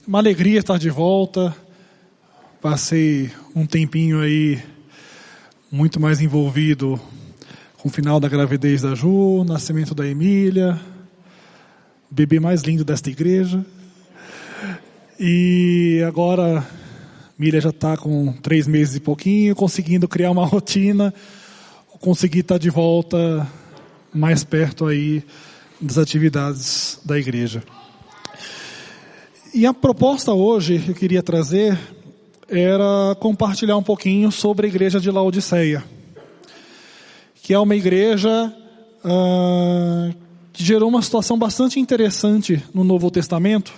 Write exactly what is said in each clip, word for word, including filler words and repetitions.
Uma alegria estar de volta. Passei um tempinho aí muito mais envolvido com o final da gravidez da Ju, nascimento da Emília, o bebê mais lindo desta igreja. E agora Emília já está com três meses e pouquinho, conseguindo criar uma rotina, conseguir estar de volta mais perto aí das atividades da igreja. E a proposta hoje que eu queria trazer era compartilhar um pouquinho sobre a igreja de Laodiceia, que é uma igreja uh, que gerou uma situação bastante interessante no Novo Testamento.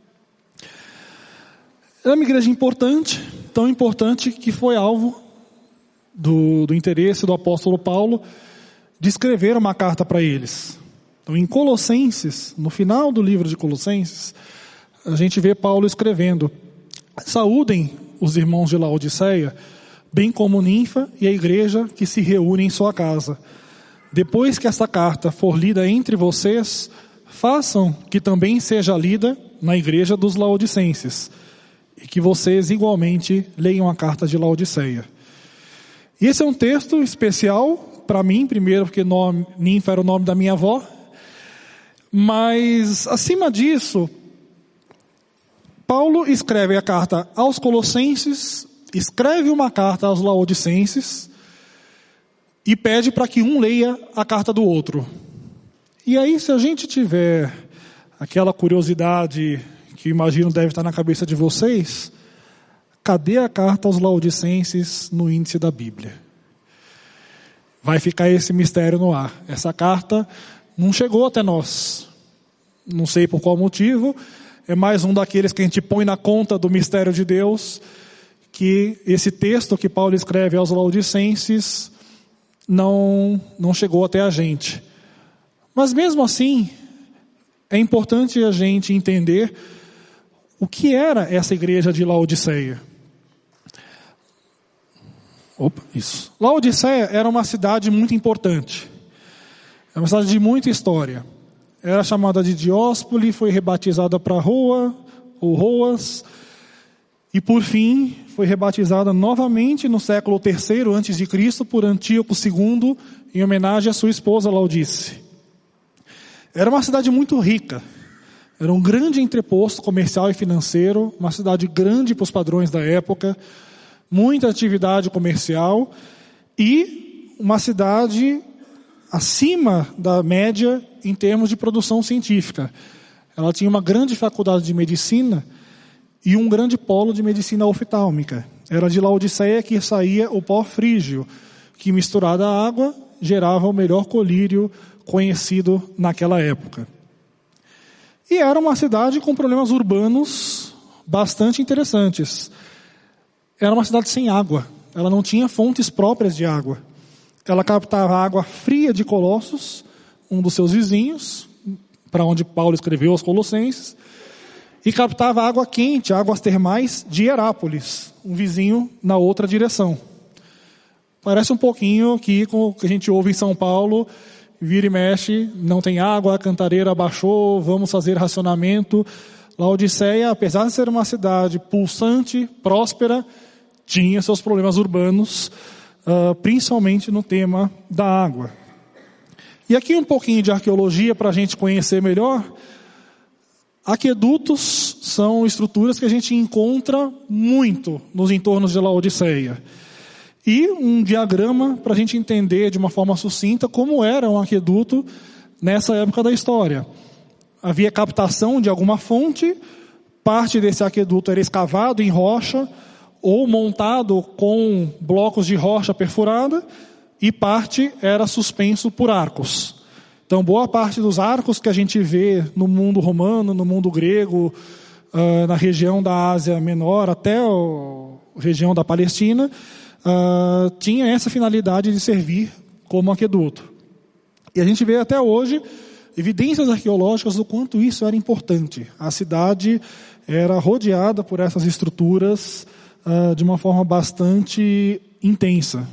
É uma igreja importante, tão importante que foi alvo do, do interesse do apóstolo Paulo de escrever uma carta para eles. Então, em Colossenses, no final do livro de Colossenses, a gente vê Paulo escrevendo: saúdem os irmãos de Laodiceia, bem como Ninfa e a igreja que se reúne em sua casa. Depois que esta carta for lida entre vocês, façam que também seja lida na igreja dos laodicenses, e que vocês igualmente leiam a carta de Laodiceia. E esse é um texto especial para mim, primeiro porque nome, Ninfa era o nome da minha avó, mas acima disso, Paulo escreve a carta aos Colossenses, escreve uma carta aos Laodicenses e pede para que um leia a carta do outro. E aí, se a gente tiver aquela curiosidade que imagino deve estar na cabeça de vocês, cadê a carta aos Laodicenses no índice da Bíblia? Vai ficar esse mistério no ar. Essa carta não chegou até nós. Não sei por qual motivo. É mais um daqueles que a gente põe na conta do mistério de Deus, que esse texto que Paulo escreve aos Laodicenses não, não chegou até a gente. Mas mesmo assim, é importante a gente entender o que era essa igreja de Laodiceia. Opa, isso. Laodiceia era uma cidade muito importante. É uma cidade de muita história. Era chamada de Dióspole, foi rebatizada para Roa, ou Roas, e por fim foi rebatizada novamente no século terceiro antes de Cristo por Antíoco segundo, em homenagem à sua esposa Laodice. Era uma cidade muito rica, era um grande entreposto comercial e financeiro, uma cidade grande para os padrões da época, muita atividade comercial e uma cidade acima da média em termos de produção científica. Ela tinha uma grande faculdade de medicina e um grande polo de medicina oftálmica. Era de Laodiceia que saía o pó frígio, que misturado à água gerava o melhor colírio conhecido naquela época. E era uma cidade com problemas urbanos bastante interessantes. Era uma cidade sem água. Ela não tinha fontes próprias de água. Ela captava água fria de Colossos, um dos seus vizinhos, para onde Paulo escreveu aos Colossenses, e captava água quente, águas termais de Herápolis, um vizinho na outra direção. Parece um pouquinho aqui com o que a gente ouve em São Paulo: vira e mexe, não tem água, a cantareira baixou, vamos fazer racionamento. Laodiceia, apesar de ser uma cidade pulsante, próspera, tinha seus problemas urbanos, Uh, principalmente no tema da água. E aqui um pouquinho de arqueologia para a gente conhecer melhor. Aquedutos são estruturas que a gente encontra muito nos entornos de Laodiceia. E um diagrama para a gente entender de uma forma sucinta como era um aqueduto nessa época da história. Havia captação de alguma fonte, parte desse aqueduto era escavado em rocha, ou montado com blocos de rocha perfurada, e parte era suspenso por arcos. Então, boa parte dos arcos que a gente vê no mundo romano, no mundo grego, uh, na região da Ásia Menor, até a região da Palestina, uh, tinha essa finalidade de servir como aqueduto. E a gente vê até hoje evidências arqueológicas do quanto isso era importante. A cidade era rodeada por essas estruturas Uh, de uma forma bastante intensa.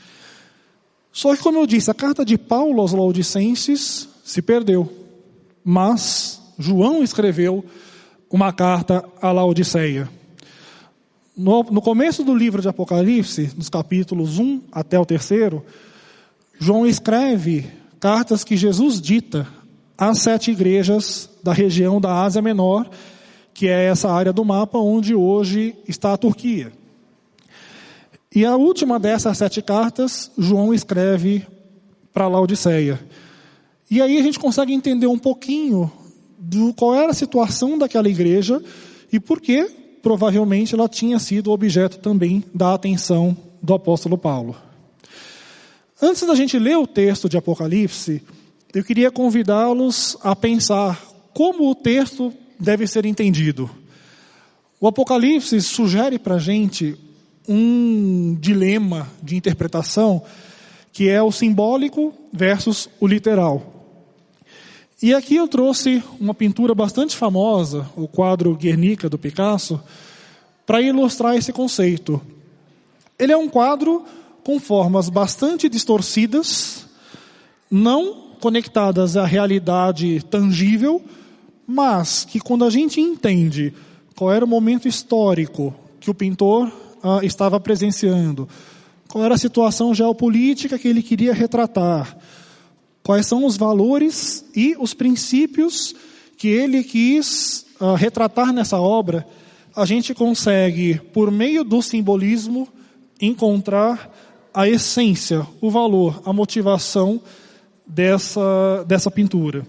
Só que, como eu disse, a carta de Paulo aos Laodicenses se perdeu. Mas João escreveu uma carta à Laodiceia. No, no começo do livro de Apocalipse, nos capítulos um até o terceiro, João escreve cartas que Jesus dita às sete igrejas da região da Ásia Menor, que é essa área do mapa onde hoje está a Turquia. E a última dessas sete cartas, João escreve para Laodiceia. E aí a gente consegue entender um pouquinho do qual era a situação daquela igreja e por que, provavelmente, ela tinha sido objeto também da atenção do apóstolo Paulo. Antes da gente ler o texto de Apocalipse, eu queria convidá-los a pensar como o texto deve ser entendido. O Apocalipse sugere para a gente um dilema de interpretação que é o simbólico versus o literal. E aqui eu trouxe uma pintura bastante famosa, o quadro Guernica do Picasso, para ilustrar esse conceito. Ele é um quadro com formas bastante distorcidas, não conectadas à realidade tangível, mas que quando a gente entende qual era o momento histórico que o pintor ah, estava presenciando, qual era a situação geopolítica que ele queria retratar, quais são os valores e os princípios que ele quis uh, retratar nessa obra, a gente consegue, por meio do simbolismo, encontrar a essência, o valor, a motivação dessa, dessa pintura.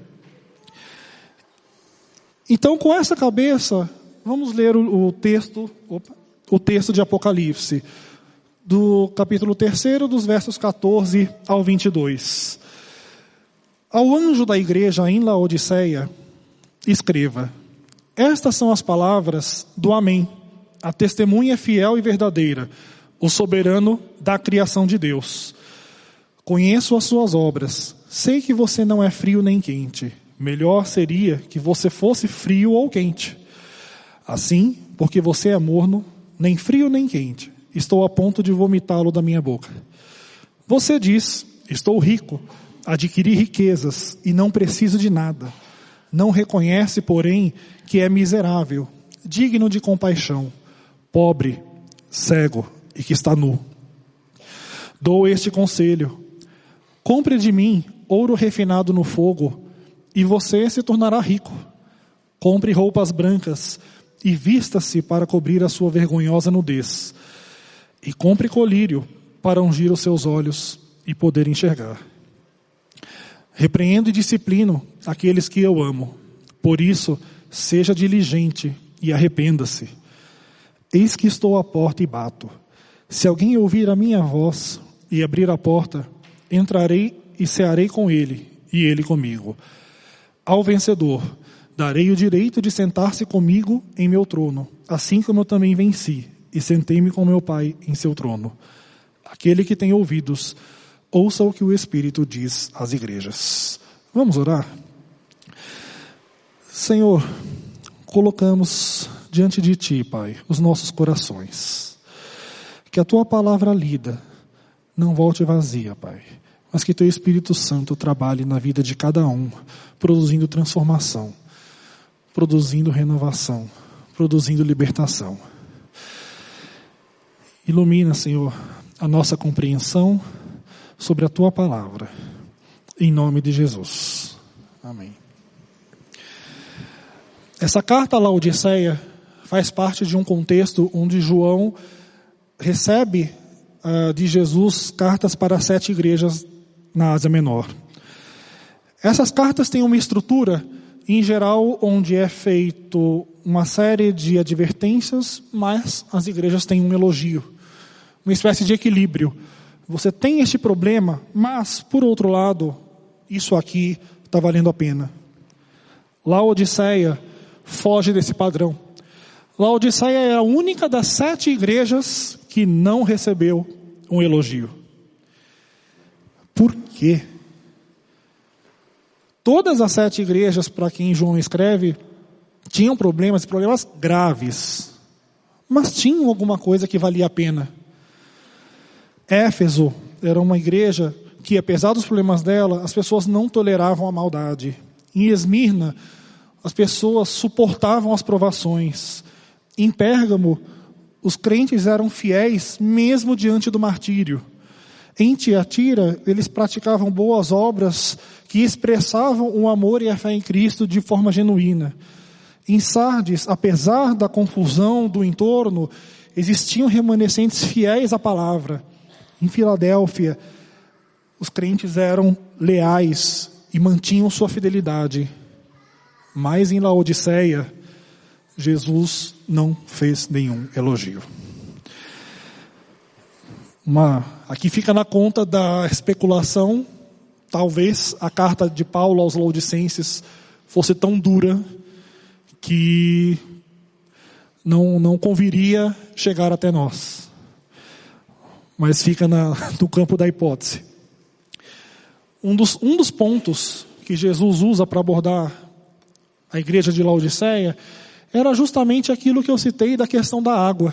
Então, com essa cabeça, vamos ler o, o texto, opa, o texto de Apocalipse, do capítulo terceiro, dos versos quatorze ao vinte e dois. Ao anjo da igreja em Laodiceia, escreva: estas são as palavras do Amém, a testemunha fiel e verdadeira, o soberano da criação de Deus. Conheço as suas obras, sei que você não é frio nem quente. Melhor seria que você fosse frio ou quente. Assim, porque você é morno, nem frio nem quente, estou a ponto de vomitá-lo da minha boca. Você diz: estou rico, adquiri riquezas e não preciso de nada. Não reconhece, porém, que é miserável, digno de compaixão, pobre, cego e que está nu. Dou este conselho: compre de mim ouro refinado no fogo e você se tornará rico. Compre roupas brancas e vista-se para cobrir a sua vergonhosa nudez. E compre colírio para ungir os seus olhos e poder enxergar. Repreendo e disciplino aqueles que eu amo. Por isso, seja diligente e arrependa-se. Eis que estou à porta e bato. Se alguém ouvir a minha voz e abrir a porta, entrarei e cearei com ele, e ele comigo. Ao vencedor, darei o direito de sentar-se comigo em meu trono, assim como eu também venci, e sentei-me com meu Pai em seu trono. Aquele que tem ouvidos, ouça o que o Espírito diz às igrejas. Vamos orar? Senhor, colocamos diante de Ti, Pai, os nossos corações. Que a Tua palavra lida não volte vazia, Pai, mas que Teu Espírito Santo trabalhe na vida de cada um, produzindo transformação, produzindo renovação, produzindo libertação. Ilumina, Senhor, a nossa compreensão sobre a Tua palavra, em nome de Jesus. Amém. Essa carta à Laodiceia faz parte de um contexto onde João recebe uh, de Jesus cartas para sete igrejas na Ásia Menor. Essas cartas têm uma estrutura, em geral, onde é feito uma série de advertências, mas as igrejas têm um elogio, uma espécie de equilíbrio. Você tem este problema, mas, por outro lado, isso aqui está valendo a pena. Laodiceia foge desse padrão. Laodiceia é a única das sete igrejas que não recebeu um elogio. Por quê? Todas as sete igrejas para quem João escreve tinham problemas, problemas graves, mas tinham alguma coisa que valia a pena. Éfeso era uma igreja que, apesar dos problemas dela, as pessoas não toleravam a maldade. Em Esmirna, as pessoas suportavam as provações. Em Pérgamo, os crentes eram fiéis mesmo diante do martírio. Em Tiatira, eles praticavam boas obras que expressavam o amor e a fé em Cristo de forma genuína. Em Sardes, apesar da confusão do entorno, existiam remanescentes fiéis à palavra. Em Filadélfia, os crentes eram leais e mantinham sua fidelidade. Mas em Laodiceia, Jesus não fez nenhum elogio. Uma, aqui fica na conta da especulação. Talvez a carta de Paulo aos Laodicenses fosse tão dura que não, não conviria chegar até nós. Mas fica na, no campo da hipótese. Um dos, um dos pontos que Jesus usa para abordar a igreja de Laodiceia era justamente aquilo que eu citei da questão da água.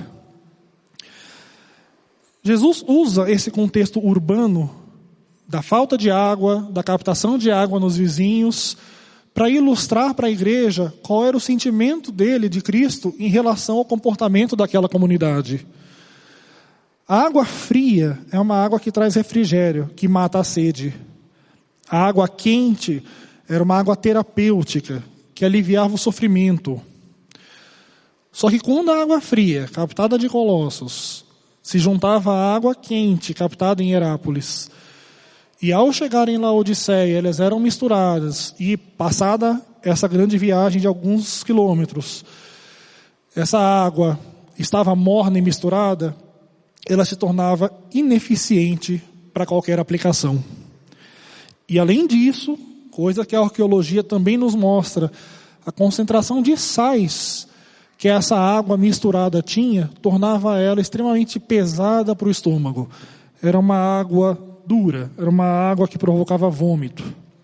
Jesus usa esse contexto urbano da falta de água, da captação de água nos vizinhos, para ilustrar para a igreja qual era o sentimento dele, de Cristo, em relação ao comportamento daquela comunidade. A água fria é uma água que traz refrigério, que mata a sede. A água quente era uma água terapêutica, que aliviava o sofrimento. Só que quando a água fria, captada de Colossos, se juntava à água quente, captada em Herápolis, e ao chegar em Laodiceia, elas eram misturadas, e passada essa grande viagem de alguns quilômetros, essa água estava morna e misturada, ela se tornava ineficiente para qualquer aplicação. E além disso, coisa que a arqueologia também nos mostra, a concentração de sais que essa água misturada tinha, tornava ela extremamente pesada para o estômago. Era uma água dura, era uma água que provocava vômito.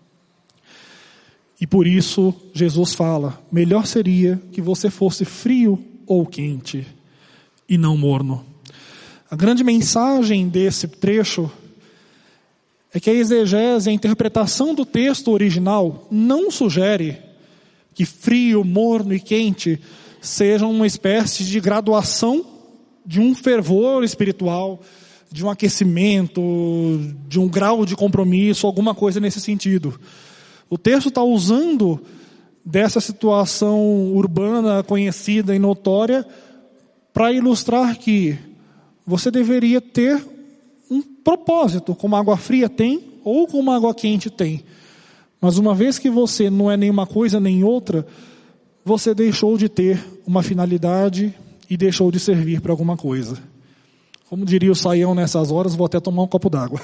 E por isso, Jesus fala, melhor seria que você fosse frio ou quente, e não morno. A grande mensagem desse trecho é que a exegese, a interpretação do texto original, não sugere que frio, morno e quente sejam uma espécie de graduação de um fervor espiritual, de um aquecimento, de um grau de compromisso, alguma coisa nesse sentido. O texto está usando dessa situação urbana conhecida e notória para ilustrar que você deveria ter um propósito, como a água fria tem ou como a água quente tem. Mas uma vez que você não é nenhuma coisa nem outra, você deixou de ter uma finalidade e deixou de servir para alguma coisa. Como diria o Saião nessas horas, vou até tomar um copo d'água.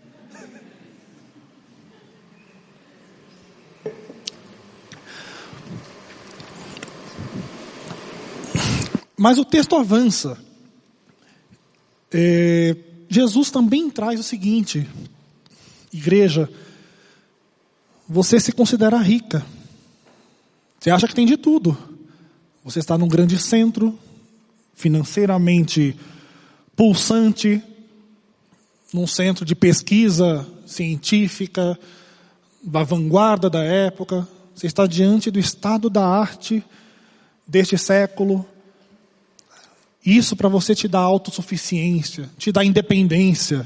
Mas o texto avança. É, Jesus também traz o seguinte: igreja, você se considera rica. Você acha que tem de tudo. Você está num grande centro, financeiramente pulsante, num centro de pesquisa científica, da vanguarda da época. Você está diante do estado da arte deste século. Isso para você te dá autossuficiência, te dá independência.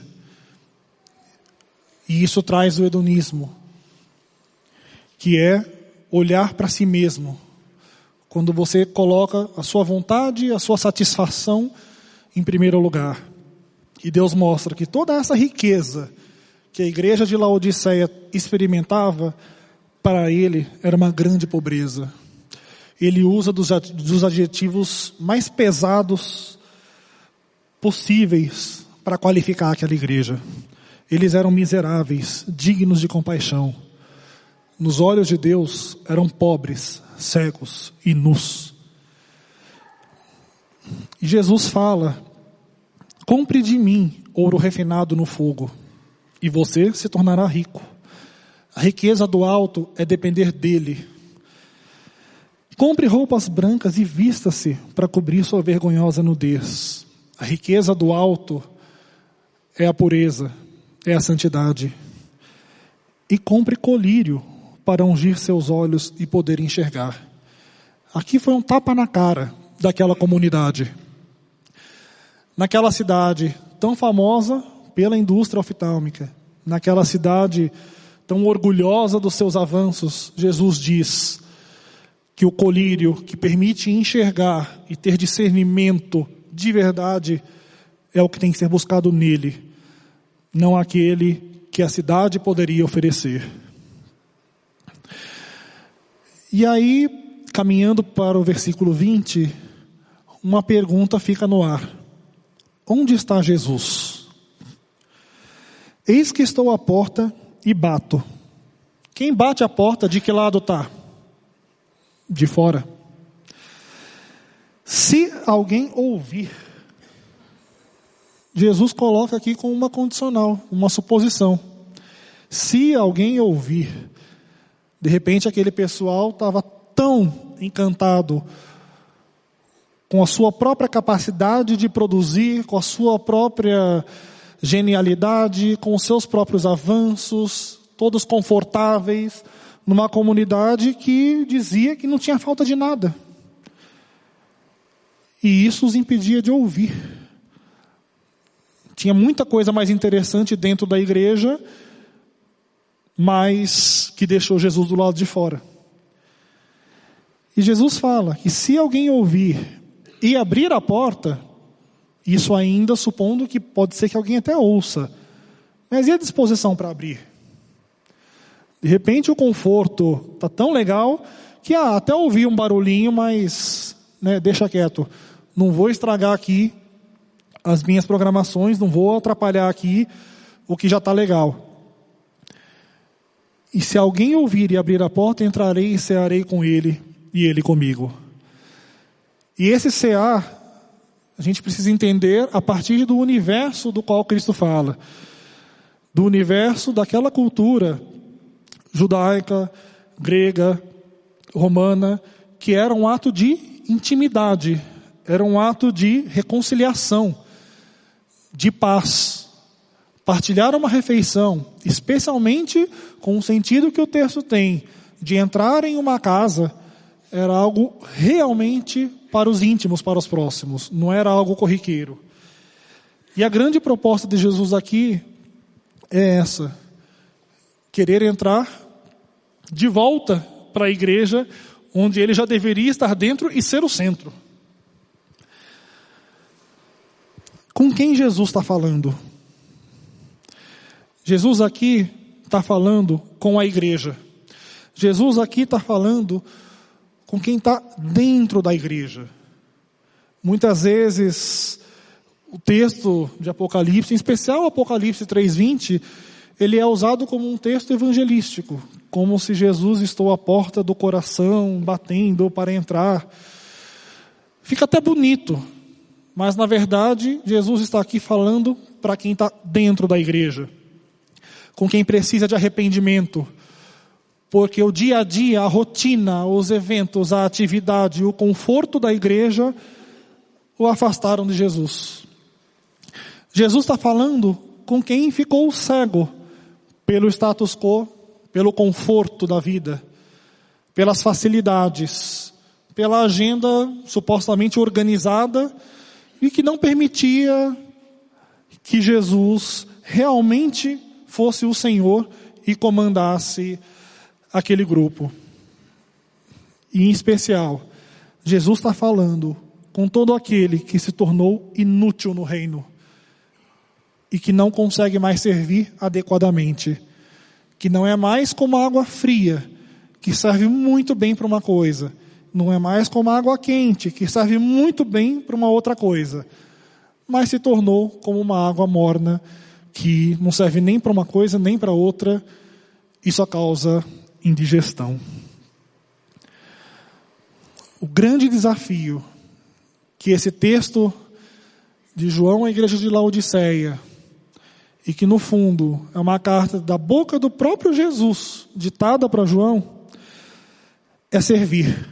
E isso traz o hedonismo, que é olhar para si mesmo. Quando você coloca a sua vontade, a sua satisfação em primeiro lugar. E Deus mostra que toda essa riqueza que a igreja de Laodiceia experimentava, para ele era uma grande pobreza. Ele usa dos, dos adjetivos mais pesados possíveis para qualificar aquela igreja. Eles eram miseráveis, dignos de compaixão. Nos olhos de Deus, eram pobres, cegos e nus. E Jesus fala, compre de mim ouro refinado no fogo, e você se tornará rico. A riqueza do alto é depender dele. Compre roupas brancas e vista-se para cobrir sua vergonhosa nudez. A riqueza do alto é a pureza, é a santidade. E compre colírio para ungir seus olhos e poder enxergar. Aqui foi um tapa na cara daquela comunidade. Naquela cidade tão famosa pela indústria oftálmica, naquela cidade tão orgulhosa dos seus avanços, Jesus diz que o colírio que permite enxergar e ter discernimento de verdade é o que tem que ser buscado nele, não aquele que a cidade poderia oferecer. E aí, caminhando para o versículo vinte, uma pergunta fica no ar. Onde está Jesus? Eis que estou à porta e bato. Quem bate a porta, de que lado está? De fora. Se alguém ouvir, Jesus coloca aqui com uma condicional, uma suposição. Se alguém ouvir, de repente aquele pessoal estava tão encantado com a sua própria capacidade de produzir, com a sua própria genialidade, com os seus próprios avanços, todos confortáveis, numa comunidade que dizia que não tinha falta de nada. E isso os impedia de ouvir. Tinha muita coisa mais interessante dentro da igreja, mas que deixou Jesus do lado de fora. E Jesus fala que se alguém ouvir e abrir a porta, isso ainda supondo que pode ser que alguém até ouça, mas e a disposição para abrir? De repente o conforto está tão legal que ah, até ouvi um barulhinho, mas né, deixa quieto. Não vou estragar aqui as minhas programações, não vou atrapalhar aqui o que já está legal. E se alguém ouvir e abrir a porta, entrarei e cearei com ele e ele comigo. E esse cear, a gente precisa entender a partir do universo do qual Cristo fala. Do universo daquela cultura judaica, grega, romana, que era um ato de intimidade, era um ato de reconciliação, de paz. Partilhar uma refeição, especialmente com o sentido que o texto tem, de entrar em uma casa, era algo realmente para os íntimos, para os próximos, não era algo corriqueiro. E a grande proposta de Jesus aqui é essa: querer entrar de volta para a igreja, onde ele já deveria estar dentro e ser o centro. Com quem Jesus está falando? Jesus aqui está falando com a igreja. Jesus aqui está falando com quem está dentro da igreja. Muitas vezes o texto de Apocalipse, em especial Apocalipse três, vinte, ele é usado como um texto evangelístico, como se Jesus estou à porta do coração, batendo para entrar. Fica até bonito, mas na verdade Jesus está aqui falando para quem está dentro da igreja, com quem precisa de arrependimento, porque o dia a dia, a rotina, os eventos, a atividade, o conforto da igreja o afastaram de Jesus. Jesus está falando com quem ficou cego pelo status quo, pelo conforto da vida, pelas facilidades, pela agenda supostamente organizada e que não permitia que Jesus realmente fosse o Senhor e comandasse aquele grupo. E em especial, Jesus está falando com todo aquele que se tornou inútil no reino e que não consegue mais servir adequadamente, que não é mais como água fria, que serve muito bem para uma coisa, não é mais como água quente, que serve muito bem para uma outra coisa, mas se tornou como uma água morna, que não serve nem para uma coisa, nem para outra, e só causa indigestão. O grande desafio que esse texto de João à igreja de Laodiceia, e que no fundo é uma carta da boca do próprio Jesus, ditada para João, é servir.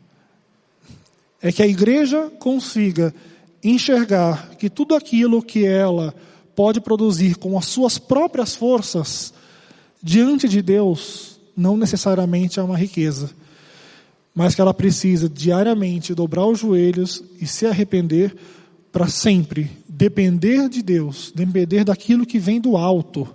É que a igreja consiga enxergar que tudo aquilo que ela pode produzir com as suas próprias forças, diante de Deus, não necessariamente é uma riqueza, mas que ela precisa diariamente dobrar os joelhos e se arrepender para sempre depender de Deus, depender daquilo que vem do alto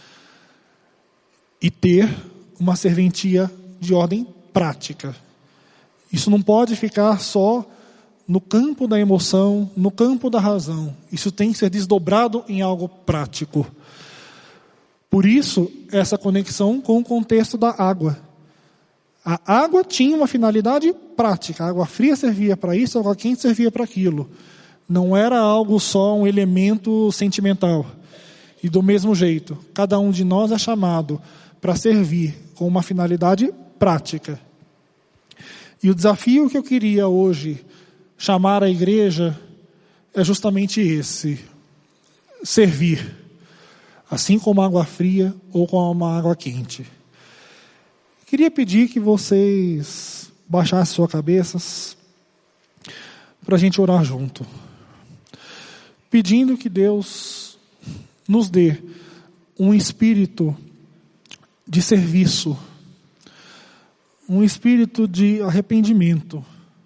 e ter uma serventia de ordem prática. Isso não pode ficar só no campo da emoção, no campo da razão. Isso tem que ser desdobrado em algo prático. Por isso, essa conexão com o contexto da água. A água tinha uma finalidade prática. A água fria servia para isso, a água quente servia para aquilo. Não era algo só um elemento sentimental. E do mesmo jeito, cada um de nós é chamado para servir com uma finalidade prática. E o desafio que eu queria hoje chamar a igreja é justamente esse: servir, assim como água fria ou como uma água quente. Queria pedir que vocês baixassem suas cabeças para a gente orar junto, pedindo que Deus nos dê um espírito de serviço, um espírito de arrependimento,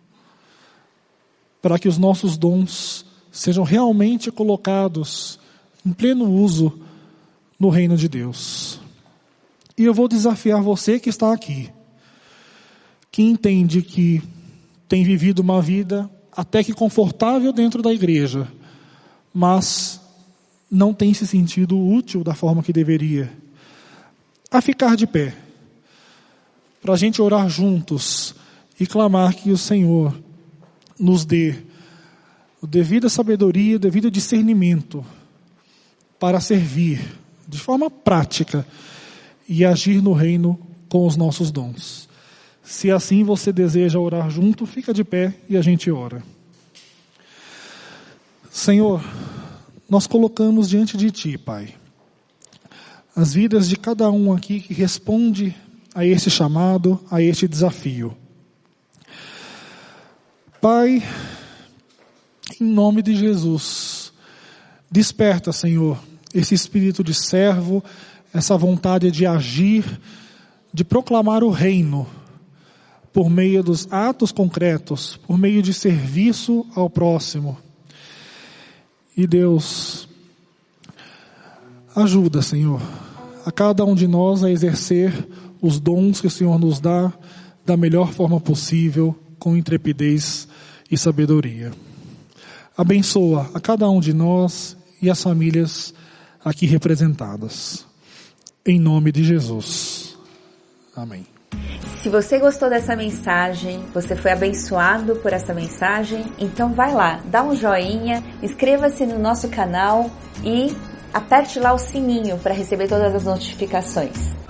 para que os nossos dons sejam realmente colocados em pleno uso no reino de Deus. E eu vou desafiar você que está aqui, que entende que tem vivido uma vida até que confortável dentro da igreja, mas não tem se sentido útil da forma que deveria, a ficar de pé, para a gente orar juntos e clamar que o Senhor nos dê a devida sabedoria, o devido discernimento para servir de forma prática e agir no reino com os nossos dons. Se assim você deseja orar junto, fica de pé e a gente ora. Senhor, nós colocamos diante de Ti, Pai, as vidas de cada um aqui que responde a esse chamado, a este desafio. Pai, em nome de Jesus, desperta, Senhor, esse espírito de servo, essa vontade de agir, de proclamar o reino, por meio dos atos concretos, por meio de serviço ao próximo. E Deus, ajuda, Senhor, a cada um de nós a exercer os dons que o Senhor nos dá da melhor forma possível, com intrepidez e sabedoria. Abençoa a cada um de nós e as famílias aqui representadas. Em nome de Jesus. Amém. Se você gostou dessa mensagem, você foi abençoado por essa mensagem, então vai lá, dá um joinha, inscreva-se no nosso canal e aperte lá o sininho para receber todas as notificações.